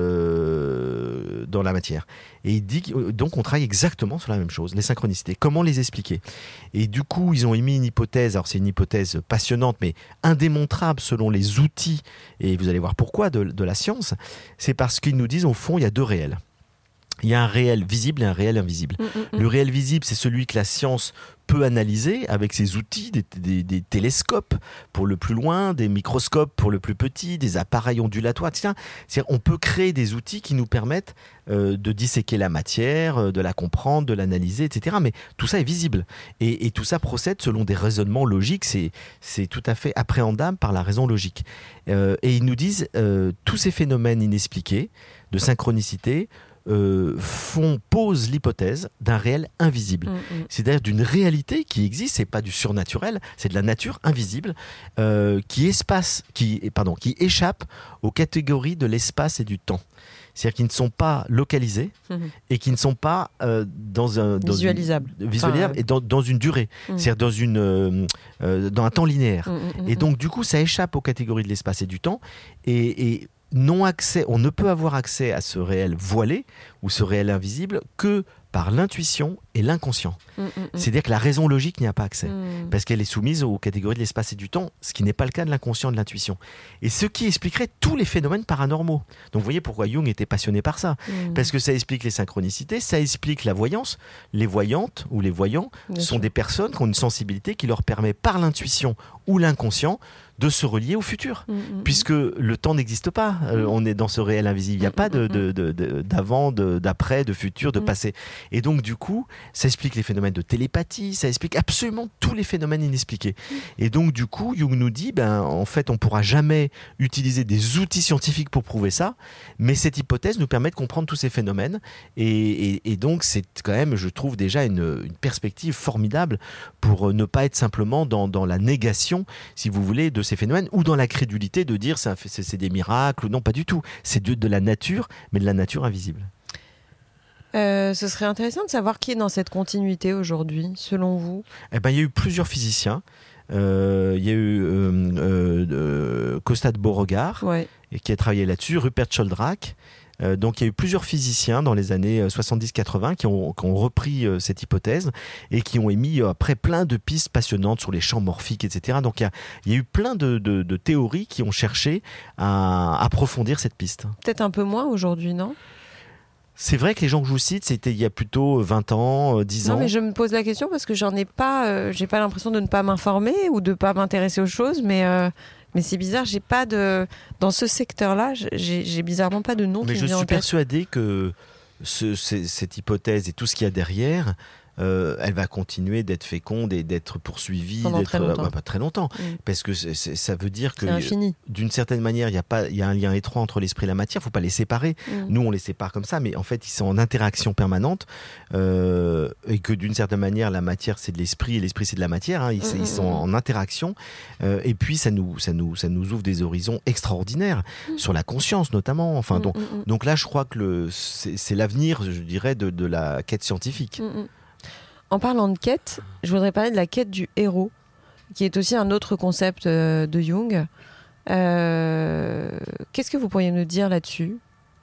euh, dans la matière. Et il dit donc on travaille exactement sur la même chose, les synchronicités. Comment les expliquer ? Et du coup, ils ont émis une hypothèse, alors c'est une hypothèse passionnante, mais indémontrable selon les outils, et vous allez voir pourquoi, de, de la science. C'est parce qu'ils nous disent, au fond, il y a deux réels. Il y a un réel visible et un réel invisible. Mmh, mmh. Le réel visible, c'est celui que la science peut analyser avec ses outils, des, des, des télescopes pour le plus loin, des microscopes pour le plus petit, des appareils ondulatoires. Tiens, c'est-à-dire, on peut créer des outils qui nous permettent euh, de disséquer la matière, de la comprendre, de l'analyser, et cetera. Mais tout ça est visible. Et, et tout ça procède selon des raisonnements logiques. C'est, c'est tout à fait appréhendable par la raison logique. Euh, et ils nous disent, euh, tous ces phénomènes inexpliqués de synchronicité Euh, font, posent l'hypothèse d'un réel invisible. Mmh, mmh. C'est-à-dire d'une réalité qui existe, c'est pas du surnaturel, c'est de la nature invisible euh, qui, espace, qui, pardon, qui échappe aux catégories de l'espace et du temps. C'est-à-dire qu'ils ne sont pas localisés mmh. et qui ne sont pas euh, dans un dans visualisable, une, visualisable enfin, et dans, dans une durée, mmh. c'est-à-dire dans une euh, euh, dans un temps linéaire. Mmh, mmh, et donc du coup, ça échappe aux catégories de l'espace et du temps. Et, et non accès, on ne peut avoir accès à ce réel voilé ou ce réel invisible que par l'intuition et l'inconscient. Mmh, mmh. C'est-à-dire que la raison logique n'y a pas accès, mmh. parce qu'elle est soumise aux catégories de l'espace et du temps, ce qui n'est pas le cas de l'inconscient et de l'intuition. Et ce qui expliquerait tous les phénomènes paranormaux. Donc vous voyez pourquoi Jung était passionné par ça. Mmh. Parce que ça explique les synchronicités, ça explique la voyance. Les voyantes ou les voyants Bien sont sûr. Des personnes qui ont une sensibilité qui leur permet par l'intuition ou l'inconscient de se relier au futur, mmh. puisque le temps n'existe pas. Euh, on est dans ce réel invisible. Il n'y a mmh. pas de, de, de, de, d'avant, de, d'après, de futur, de mmh. passé. Et donc, du coup, ça explique les phénomènes de télépathie, ça explique absolument tous les phénomènes inexpliqués. Mmh. Et donc, du coup, Jung nous dit, ben, en fait, on ne pourra jamais utiliser des outils scientifiques pour prouver ça, mais cette hypothèse nous permet de comprendre tous ces phénomènes. Et, et, et donc, c'est quand même, je trouve, déjà une, une perspective formidable pour ne pas être simplement dans, dans la négation, si vous voulez, de ces phénomènes, ou dans la crédulité de dire c'est, c'est, c'est des miracles, ou non, pas du tout. C'est de, de la nature, mais de la nature invisible. Euh, ce serait intéressant de savoir qui est dans cette continuité aujourd'hui, selon vous. Eh ben, il y a eu plusieurs physiciens. Euh, il y a eu euh, euh, Costa de Beauregard, ouais. qui a travaillé là-dessus, Rupert Sheldrake. Euh, donc il y a eu plusieurs physiciens dans les années soixante-dix quatre-vingts qui ont, qui ont repris euh, cette hypothèse et qui ont émis euh, après plein de pistes passionnantes sur les champs morphiques, et cetera. Donc il y a, il y a eu plein de, de, de théories qui ont cherché à approfondir cette piste. Peut-être un peu moins aujourd'hui, non ? C'est vrai que les gens que je vous cite, c'était il y a plutôt vingt ans, dix ans. Non, mais je me pose la question parce que j'en ai pas, euh, j'ai pas l'impression de ne pas m'informer ou de pas m'intéresser aux choses, mais euh, mais c'est bizarre, j'ai pas de dans ce secteur-là, j'ai, j'ai bizarrement pas de nom. Mais qui je me vient suis en tête. persuadé que ce, c'est, cette hypothèse et tout ce qu'il y a derrière euh, elle va continuer d'être féconde et d'être poursuivie pendant d'être, très longtemps. Bah, pas très longtemps, mmh. parce que c'est, c'est, ça veut dire que c'est infini. d'une certaine manière, il y a pas, il y a un lien étroit entre l'esprit et la matière. Faut pas les séparer. Mmh. Nous, on les sépare comme ça, mais en fait, ils sont en interaction permanente euh, et que d'une certaine manière, la matière c'est de l'esprit et l'esprit c'est de la matière. Hein. Ils, mmh. ils sont en interaction euh, et puis ça nous, ça nous, ça nous ouvre des horizons extraordinaires mmh. sur la conscience notamment. Enfin, mmh. donc, mmh. donc là, je crois que le, c'est, c'est l'avenir, je dirais, de, de la quête scientifique. Mmh. En parlant de quête, je voudrais parler de la quête du héros, qui est aussi un autre concept euh, de Jung. Euh, qu'est-ce que vous pourriez nous dire là-dessus ?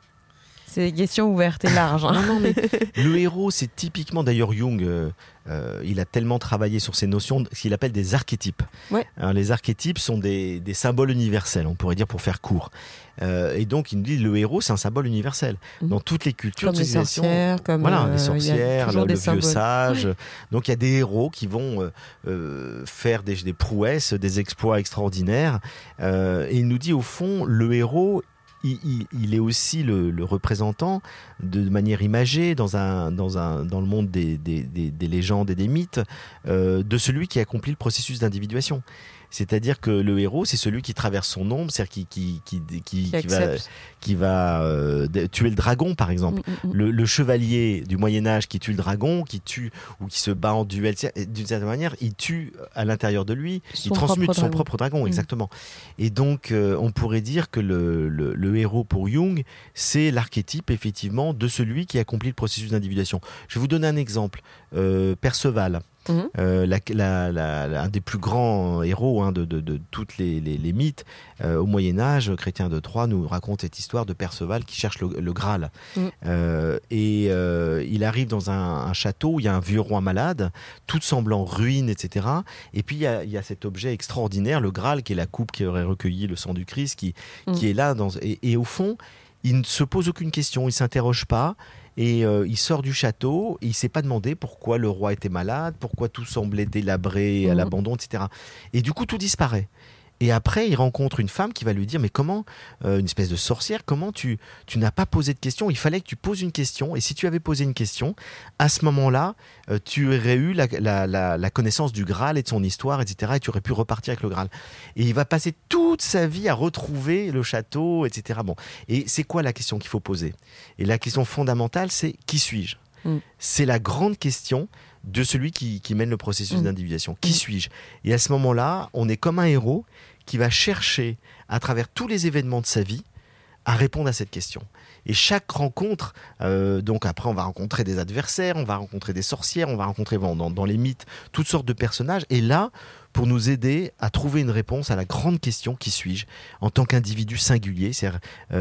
C'est des questions ouvertes et larges. Hein. Non, non, mais le héros, c'est typiquement, d'ailleurs Jung, euh, euh, il a tellement travaillé sur ces notions, ce qu'il appelle des archétypes. Ouais. Alors, les archétypes sont des, des symboles universels, on pourrait dire pour faire court. Euh, et donc, il nous dit le héros, c'est un symbole universel. Mmh. Dans toutes les cultures, comme les sorcières, comme voilà, euh, les sorcières, le, le vieux sage. Ouais. Donc, il y a des héros qui vont euh, euh, faire des, des prouesses, des exploits extraordinaires. Euh, et il nous dit, au fond, le héros, Il, il, il est aussi le, le représentant de manière imagée dans, un, dans, un, dans le monde des, des, des, des légendes et des mythes euh, de celui qui accomplit le processus d'individuation. C'est-à-dire que le héros, c'est celui qui traverse son ombre, c'est-à-dire qui, qui, qui, qui, qui, qui va, qui va euh, tuer le dragon, par exemple. Mmh, mmh. Le, le chevalier du Moyen-Âge qui tue le dragon, qui tue ou qui se bat en duel, d'une certaine manière, il tue à l'intérieur de lui, son il transmute propre son dragon. propre dragon, mmh. exactement. Et donc, euh, on pourrait dire que le, le, le héros pour Jung, c'est l'archétype, effectivement, de celui qui accomplit le processus d'individuation. Je vais vous donner un exemple. Euh, Perceval. Mmh. Euh, la, la, la, la, un des plus grands héros hein, de, de, de toutes les, les, les mythes euh, au Moyen-Âge, Chrétien de Troyes nous raconte cette histoire de Perceval qui cherche le, le Graal. Mmh. Euh, et euh, il arrive dans un, un château où il y a un vieux roi malade, tout semble en ruine, et cetera. Et puis il y a, il y a cet objet extraordinaire, le Graal, qui est la coupe qui aurait recueilli le sang du Christ, qui, mmh. qui est là. Dans, et, et au fond, il ne se pose aucune question, il ne s'interroge pas. Et euh, il sort du château, et il ne s'est pas demandé pourquoi le roi était malade, pourquoi tout semblait délabré, à mmh. l'abandon, et cetera. Et du coup, tout disparaît. Et après, il rencontre une femme qui va lui dire « Mais comment, euh, une espèce de sorcière, comment tu, tu n'as pas posé de question ? Il fallait que tu poses une question. Et si tu avais posé une question, à ce moment-là, euh, tu aurais eu la, la, la, la connaissance du Graal et de son histoire, et cetera. Et tu aurais pu repartir avec le Graal. » Et il va passer toute sa vie à retrouver le château, et cetera. Bon. Et c'est quoi la question qu'il faut poser ? Et la question fondamentale, c'est « Qui suis-je » mmh. C'est la grande question de celui qui, qui mène le processus mmh. d'individuation. Qui mmh. suis-je ? Et à ce moment-là, on est comme un héros qui va chercher, à travers tous les événements de sa vie, à répondre à cette question. Et chaque rencontre, euh, donc après on va rencontrer des adversaires, on va rencontrer des sorcières, on va rencontrer bon, dans, dans les mythes toutes sortes de personnages, et là, pour nous aider à trouver une réponse à la grande question « Qui suis-je ?» en tant qu'individu singulier, c'est-à-dire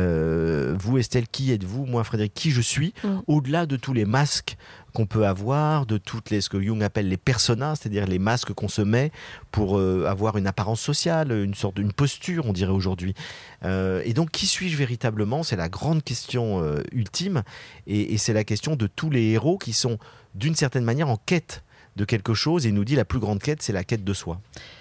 euh, vous Estelle, qui êtes-vous ? Moi Frédéric, qui je suis ? mmh. Au-delà de tous les masques qu'on peut avoir, de toutes les, ce que Jung appelle les personas, c'est-à-dire les masques qu'on se met pour euh, avoir une apparence sociale, une sorte d'une posture, on dirait aujourd'hui. Euh, et donc, qui suis-je véritablement ? C'est la grande question euh, ultime, et, et c'est la question de tous les héros qui sont, d'une certaine manière, en quête de quelque chose, et il nous dit la plus grande quête, c'est la quête de soi.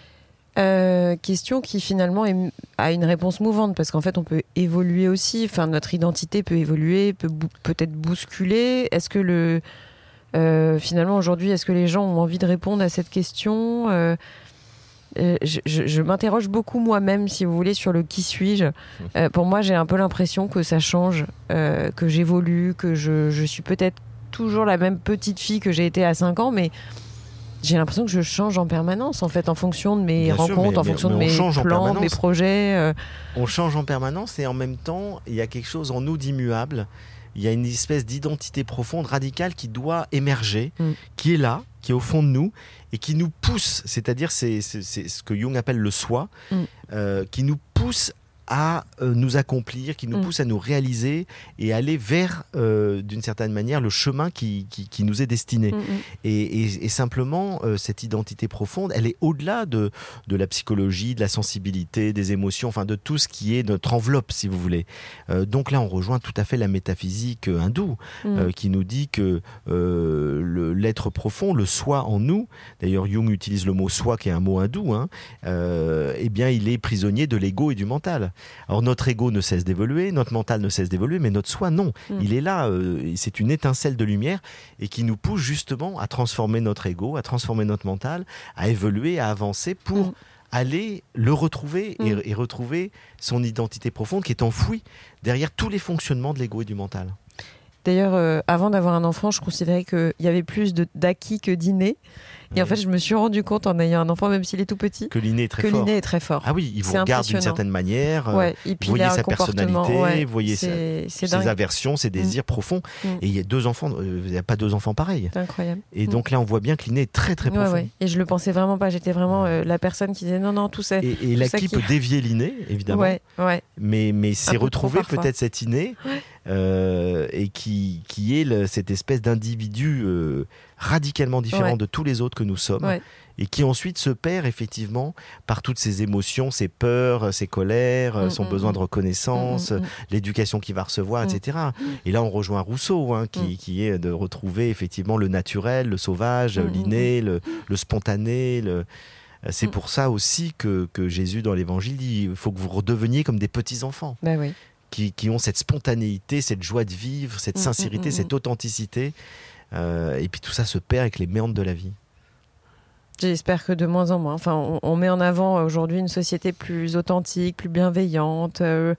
Euh, question qui finalement est, a une réponse mouvante, parce qu'en fait on peut évoluer aussi, enfin, notre identité peut évoluer, peut bou- peut-être bousculer. Est-ce que le Euh, finalement, aujourd'hui, est-ce que les gens ont envie de répondre à cette question ? euh, euh, je, je, je m'interroge beaucoup moi-même, si vous voulez, sur le qui suis-je. Euh, pour moi, j'ai un peu l'impression que ça change, euh, que j'évolue, que je, je suis peut-être toujours la même petite fille que j'ai été à cinq ans, mais j'ai l'impression que je change en permanence, en fait, en fonction de mes Bien rencontres, sûr, mais, en fonction mais, mais de mes plans, de mes projets. Euh... On change en permanence, et en même temps, il y a quelque chose en nous d'immuable. Il y a une espèce d'identité profonde, radicale, qui doit émerger, mm. qui est là, qui est au fond de nous, et qui nous pousse, c'est-à-dire c'est, c'est, c'est ce que Jung appelle le soi, mm. euh, qui nous pousse à euh, nous accomplir, qui nous mmh. pousse à nous réaliser et aller vers, euh, d'une certaine manière, le chemin qui, qui, qui nous est destiné. Mmh. Et, et, et simplement, euh, cette identité profonde, elle est au-delà de, de la psychologie, de la sensibilité, des émotions, enfin de tout ce qui est notre enveloppe, si vous voulez. Euh, donc là, on rejoint tout à fait la métaphysique hindoue, mmh. euh, qui nous dit que euh, le, l'être profond, le soi en nous, d'ailleurs Jung utilise le mot soi, qui est un mot hindou, hein, euh, eh bien, il est prisonnier de l'ego et du mental. Alors notre ego ne cesse d'évoluer, notre mental ne cesse d'évoluer, mais notre soi non. Mm. Il est là, euh, c'est une étincelle de lumière et qui nous pousse justement à transformer notre ego, à transformer notre mental, à évoluer, à avancer pour... Mm. aller le retrouver et, mmh. et retrouver son identité profonde qui est enfouie derrière tous les fonctionnements de l'ego et du mental. D'ailleurs, euh, avant d'avoir un enfant, je considérais qu'il y avait plus de, d'acquis que d'inné. Et oui. en fait, je me suis rendu compte en ayant un enfant, même s'il est tout petit, que l'inné est très que fort. l'inné est très fort. Ah oui, il vous regarde d'une certaine manière, ouais. et puis vous voyez sa ouais. personnalité, vous voyez c'est, sa, c'est ses aversions, ses désirs mmh. profonds. Mmh. Et il y a deux enfants, euh, il n'y a pas deux enfants pareils. C'est incroyable. Et mmh. donc là, on voit bien que l'inné est très très ouais, profond. Ouais. Et je le pensais vraiment pas. J'étais vraiment euh, la personne qui disait non, non, tout ça. Et, et l'acquis peut dévier l'inné, évidemment. Ouais, ouais. Mais, mais c'est retrouver peu peut-être cet inné. Ouais. Euh, et qui, qui est le, cette espèce d'individu euh, radicalement différent ouais. de tous les autres que nous sommes ouais. et qui ensuite se perd effectivement par toutes ses émotions, ses peurs, ses colères, mmh, son mmh, besoin de reconnaissance, mmh, mmh. l'éducation qu'il va recevoir, mmh. et cetera. Mmh. Et là on rejoint Rousseau hein, qui, mmh. qui est de retrouver effectivement le naturel, le sauvage, mmh. l'inné, le, le spontané, le... C'est mmh. pour ça aussi que, que Jésus dans l'Évangile dit il faut que vous redeveniez comme des petits-enfants. Ben oui. Qui, qui ont cette spontanéité, cette joie de vivre, cette sincérité, mmh, mmh, cette authenticité. Euh, et puis tout ça se perd avec les méandres de la vie. J'espère que de moins en moins. Enfin, on, on met en avant aujourd'hui une société plus authentique, plus bienveillante. Euh,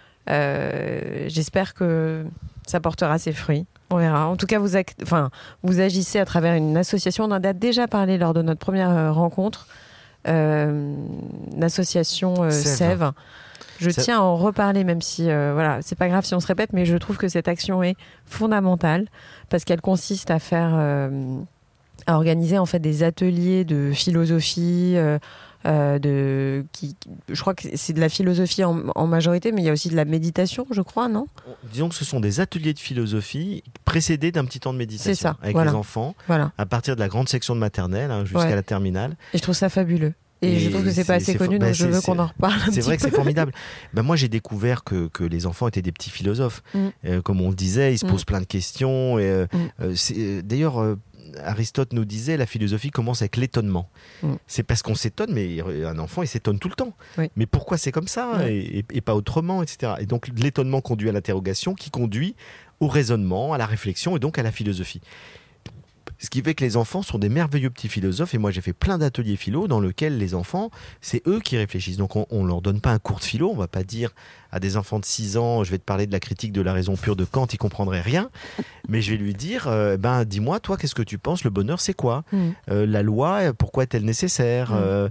euh, j'espère que ça portera ses fruits. On verra. En tout cas, vous, act- enfin, vous agissez à travers une association. On en a déjà parlé lors de notre première rencontre. Euh, l'association euh, Sève. Je ça... tiens à en reparler, même si euh, voilà, c'est pas grave si on se répète, mais je trouve que cette action est fondamentale parce qu'elle consiste à faire, euh, à organiser en fait des ateliers de philosophie, euh, euh, de, qui, je crois que c'est de la philosophie en, en majorité, mais il y a aussi de la méditation, je crois, non ? Disons que ce sont des ateliers de philosophie précédés d'un petit temps de méditation c'est ça, avec voilà. les enfants, voilà. à partir de la grande section de maternelle hein, jusqu'à ouais. la terminale. Et je trouve ça fabuleux. Et, et je trouve que c'est, c'est pas assez c'est, connu, donc bah, je veux qu'on en reparle un c'est petit vrai peu. que c'est formidable. Ben moi, j'ai découvert que, que les enfants étaient des petits philosophes. Mm. Euh, comme on le disait, ils se posent mm. plein de questions. Et, euh, mm. euh, c'est, d'ailleurs, euh, Aristote nous disait la philosophie commence avec l'étonnement. Mm. C'est parce qu'on s'étonne, mais un enfant, il s'étonne tout le temps. Oui. Mais pourquoi c'est comme ça oui. et, et, et pas autrement, et cetera. Et donc, l'étonnement conduit à l'interrogation, qui conduit au raisonnement, à la réflexion et donc à la philosophie. Ce qui fait que les enfants sont des merveilleux petits philosophes. Et moi, j'ai fait plein d'ateliers philo dans lesquels les enfants, c'est eux qui réfléchissent. Donc, on ne leur donne pas un cours de philo. On ne va pas dire à des enfants de six ans, je vais te parler de la critique de la raison pure de Kant, il ne comprendrait rien. Mais je vais lui dire, euh, ben, dis-moi, toi, qu'est-ce que tu penses ? Le bonheur, c'est quoi ? mmh. euh, La loi, pourquoi est-elle nécessaire ? mmh. euh,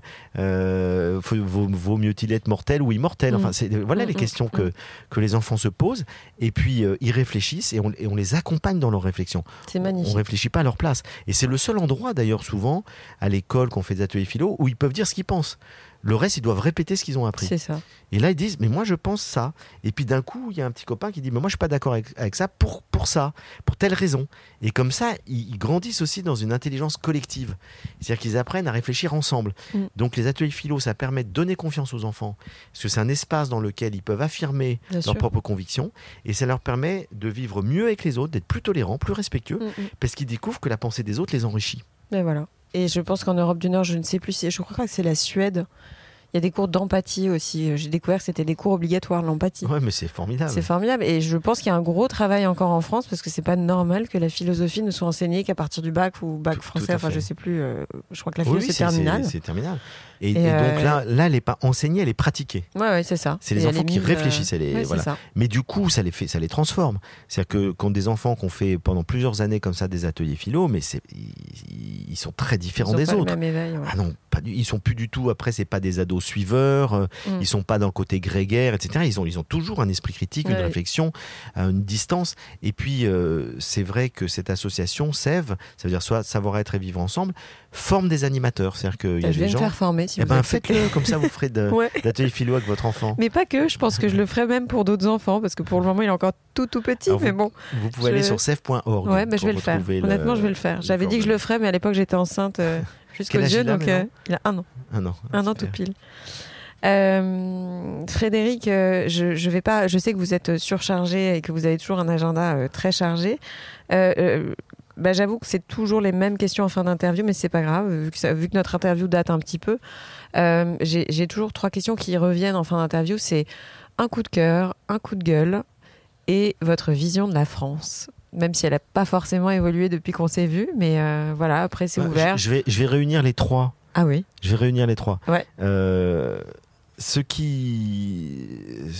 euh, vaut, vaut mieux-il être mortel ou immortel ? Enfin, c'est, voilà mmh. les questions que, que les enfants se posent. Et puis, euh, ils réfléchissent et on, et on les accompagne dans leurs réflexions. C'est magnifique. On ne réfléchit pas à leur place. Et c'est le seul endroit, d'ailleurs, souvent, à l'école, qu'on fait des ateliers philo, où ils peuvent dire ce qu'ils pensent. Le reste, ils doivent répéter ce qu'ils ont appris. C'est ça. Et là, ils disent, mais moi, je pense ça. Et puis, d'un coup, il y a un petit copain qui dit, mais moi, je suis pas d'accord avec, avec ça pour, pour ça, pour telle raison. Et comme ça, ils, ils grandissent aussi dans une intelligence collective. C'est-à-dire qu'ils apprennent à réfléchir ensemble. Mm. Donc, les ateliers philo, ça permet de donner confiance aux enfants. Parce que c'est un espace dans lequel ils peuvent affirmer Bien leurs sûr. propres convictions. Et ça leur permet de vivre mieux avec les autres, d'être plus tolérants, plus respectueux. Mm-hmm. Parce qu'ils découvrent que la pensée des autres les enrichit. Et voilà. Et je pense qu'en Europe du Nord, je ne sais plus si, je crois que c'est la Suède. Il y a des cours d'empathie aussi. J'ai découvert que c'était des cours obligatoires, l'empathie. Ouais, mais c'est formidable. C'est formidable. Et je pense qu'il y a un gros travail encore en France parce que c'est pas normal que la philosophie ne soit enseignée qu'à partir du bac ou bac tout, français. Tout enfin, je sais plus. Euh, je crois que la philo, oui, c'est, c'est terminal. C'est, c'est terminal. Et, et, et euh... donc là, là, elle n'est pas enseignée, elle est pratiquée. Ouais, ouais, c'est ça. C'est les et enfants qui mise, réfléchissent. Elle est, ouais, voilà. c'est ça. Mais du coup, ça les fait, ça les transforme. C'est-à-dire que quand des enfants qu'on fait pendant plusieurs années comme ça des ateliers philo, mais c'est, ils, ils sont très différents ils des pas autres. Le même éveil, ouais. Ah non, pas du, ils sont plus du tout. Après, c'est pas des ados suiveurs. Mm. Ils sont pas dans le côté grégaire, et cetera. Ils ont, ils ont toujours un esprit critique, une ouais. réflexion, une distance. Et puis, euh, c'est vrai que cette association Sève, ça veut dire soit savoir-être et vivre ensemble, forme des animateurs. C'est-à-dire qu'il y a je des vais gens. me faire former. Si eh vous ben, faites-le comme ça, vous ferez de, ouais. d'ateliers philo avec votre enfant. Mais pas que. Je pense que je le ferai même pour d'autres enfants parce que pour le moment, il est encore tout tout petit. Alors mais vous, bon. Vous pouvez je... aller sur sève point org. Ouais, bah, je vais le faire. Le... Honnêtement, je vais le faire. J'avais dit que je le ferais, mais à l'époque, j'étais enceinte euh, jusqu'aux yeux, donc euh, il a un an. Un an. Un an tout pile. Euh, Frédéric, euh, je, je vais pas. Je sais que vous êtes surchargé et que vous avez toujours un agenda euh, très chargé. Euh, euh, bah, j'avoue que c'est toujours les mêmes questions en fin d'interview, mais c'est pas grave, vu que, ça, vu que notre interview date un petit peu. Euh, j'ai, j'ai toujours trois questions qui reviennent en fin d'interview. C'est un coup de cœur, un coup de gueule et votre vision de la France. Même si elle n'a pas forcément évolué depuis qu'on s'est vu, mais euh, voilà, après c'est bah, ouvert. Je, je, vais, je vais réunir les trois. Ah oui. Je vais réunir les trois. Ouais. Euh, ce qui,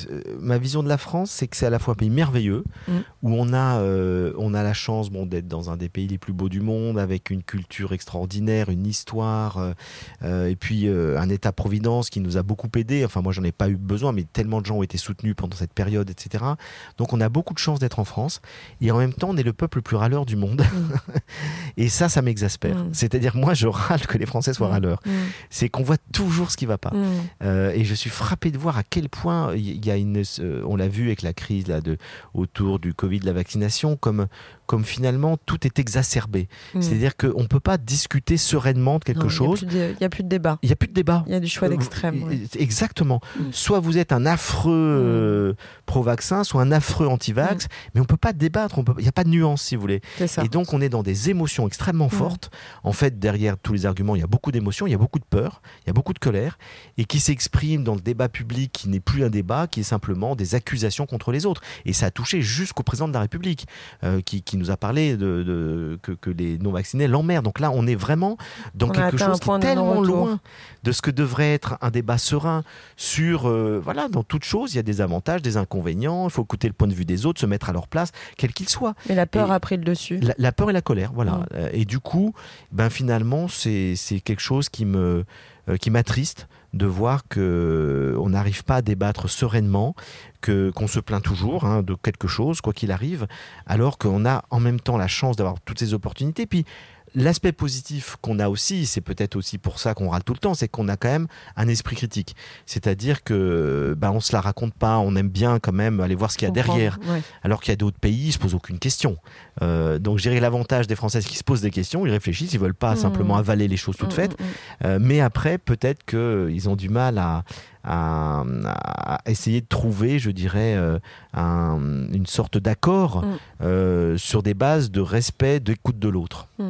ma vision de la France, c'est que c'est à la fois un pays merveilleux mmh. où on a, euh, on a la chance, bon, d'être dans un des pays les plus beaux du monde, avec une culture extraordinaire, une histoire, euh, et puis euh, un État-providence qui nous a beaucoup aidés. Enfin, moi, j'en ai pas eu besoin, mais tellement de gens ont été soutenus pendant cette période, et cetera. Donc, on a beaucoup de chance d'être en France, et en même temps, on est le peuple le plus râleur du monde. Mmh. Et ça, ça m'exaspère. Mmh. C'est-à-dire, moi, je râle que les Français soient mmh. râleurs. Mmh. C'est qu'on voit toujours ce qui va pas. Mmh. Euh, et je suis frappé de voir à quel point il y a une, euh, on l'a vu avec la crise là, de, autour du Covid, de la vaccination, comme, comme finalement tout est exacerbé. Mmh. C'est-à-dire qu'on ne peut pas discuter sereinement de quelque non, chose. Il n'y a plus de débat. Il n'y a plus de débat. Il y a du choix d'extrême. Euh, oui. Exactement. Mmh. Soit vous êtes un affreux euh, pro-vaccin, soit un affreux anti-vax, mmh. mais on ne peut pas débattre. Il n'y a pas de nuance, si vous voulez. Et donc on est dans des émotions extrêmement mmh. fortes. En fait, derrière tous les arguments, il y a beaucoup d'émotions, il y a beaucoup de peur, il y a beaucoup de colère, et qui s'expriment dans le débat public qui n'est plus un débat, qui est simplement des accusations contre les autres. Et ça a touché jusqu'au président de la République, euh, qui, qui nous a parlé de, de, que, que les non-vaccinés l'emmerdent. Donc là, on est vraiment dans on quelque chose qui est tellement loin de ce que devrait être un débat serein sur, euh, voilà, dans toute chose, il y a des avantages, des inconvénients, il faut écouter le point de vue des autres, se mettre à leur place, quel qu'il soit. Mais la peur et a pris le dessus. La, la peur et la colère, voilà. Mmh. Et du coup, ben, finalement, c'est, c'est quelque chose qui me... qui m'attriste de voir qu'on n'arrive pas à débattre sereinement, que, qu'on se plaint toujours hein, de quelque chose, quoi qu'il arrive, alors qu'on a en même temps la chance d'avoir toutes ces opportunités. Puis l'aspect positif qu'on a aussi, c'est peut-être aussi pour ça qu'on râle tout le temps, c'est qu'on a quand même un esprit critique. C'est-à-dire que bah, on se la raconte pas, on aime bien quand même aller voir ce qu'il y a derrière. Ouais. Alors qu'il y a d'autres pays, ils se posent aucune question. Euh, donc je dirais l'avantage des Français qui se posent des questions, ils réfléchissent, ils veulent pas mmh. simplement avaler les choses toutes mmh, faites. Mmh. Euh, mais après, peut-être qu'ils ont du mal à, à, à essayer de trouver, je dirais, euh, un, une sorte d'accord mmh. euh, sur des bases de respect, d'écoute de l'autre. Mmh.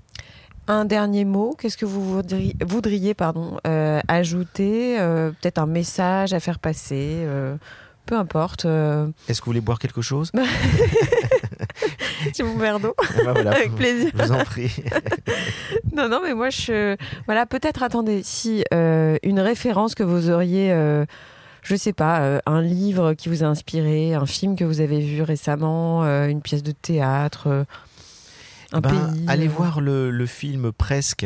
Un dernier mot, qu'est-ce que vous voudriez, voudriez pardon, euh, ajouter, euh, peut-être un message à faire passer, euh, peu importe. Euh... Est-ce que vous voulez boire quelque chose? J'ai mon verre d'eau, ben voilà, avec plaisir. Je vous en prie. non, non, mais moi, je... Voilà, peut-être, attendez, si euh, une référence que vous auriez... Euh, je sais pas, euh, un livre qui vous a inspiré, un film que vous avez vu récemment, euh, une pièce de théâtre... Euh, Un ben, pays, allez euh... voir le, le film Presque,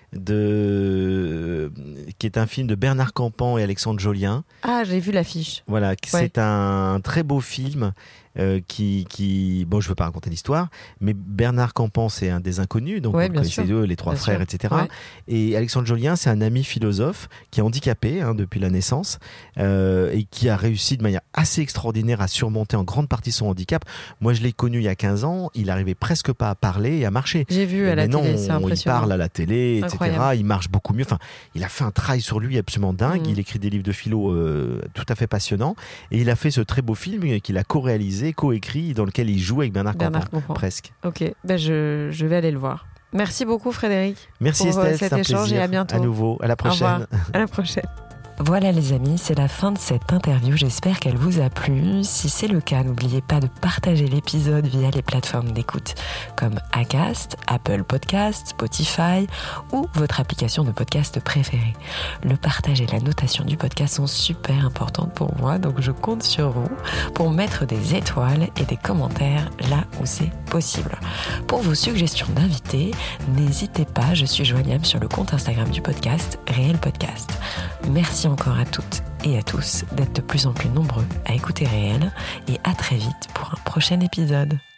de, qui est un film de Bernard Campan et Alexandre Jolien. Ah, j'ai vu l'affiche. Voilà, ouais. C'est un très beau film euh, qui, qui... Bon, je ne veux pas raconter l'histoire, mais Bernard Campan, c'est un des inconnus, donc ouais, vous connaissez eux, les trois bien frères, sûr. et cetera. Ouais. Et Alexandre Jolien, c'est un ami philosophe qui est handicapé hein, depuis la naissance euh, et qui a réussi de manière assez extraordinaire à surmonter en grande partie son handicap. Moi, je l'ai connu il y a quinze ans, il n'arrivait presque pas à parler et à marcher. J'ai vu et à la maintenant, télé, c'est impressionnant. Il parle à la télé, Incroyable. et cetera. Il marche beaucoup mieux. Enfin, il a fait un travail sur lui absolument dingue. Mmh. Il écrit des livres de philo euh, tout à fait passionnants. Et il a fait ce très beau film qu'il a co-réalisé, co-écrit, dans lequel il joue avec Bernard, Bernard Campan, Campan. Presque. Ok, ben je, je vais aller le voir. Merci beaucoup Frédéric. Merci pour Estelle, cet c'est un échange plaisir. Et à bientôt. À nouveau, à la prochaine. Au revoir. À la prochaine. Voilà les amis, c'est la fin de cette interview, j'espère qu'elle vous a plu. Si c'est le cas, n'oubliez pas de partager l'épisode via les plateformes d'écoute comme Acast, Apple Podcasts, Spotify ou votre application de podcast préférée. Le partage et la notation du podcast sont super importantes pour moi, donc je compte sur vous pour mettre des étoiles et des commentaires là où c'est possible. Pour vos suggestions d'invités, n'hésitez pas, je suis joignable sur le compte Instagram du podcast, Réel Podcast. Merci encore à toutes et à tous d'être de plus en plus nombreux à écouter Réel et à très vite pour un prochain épisode.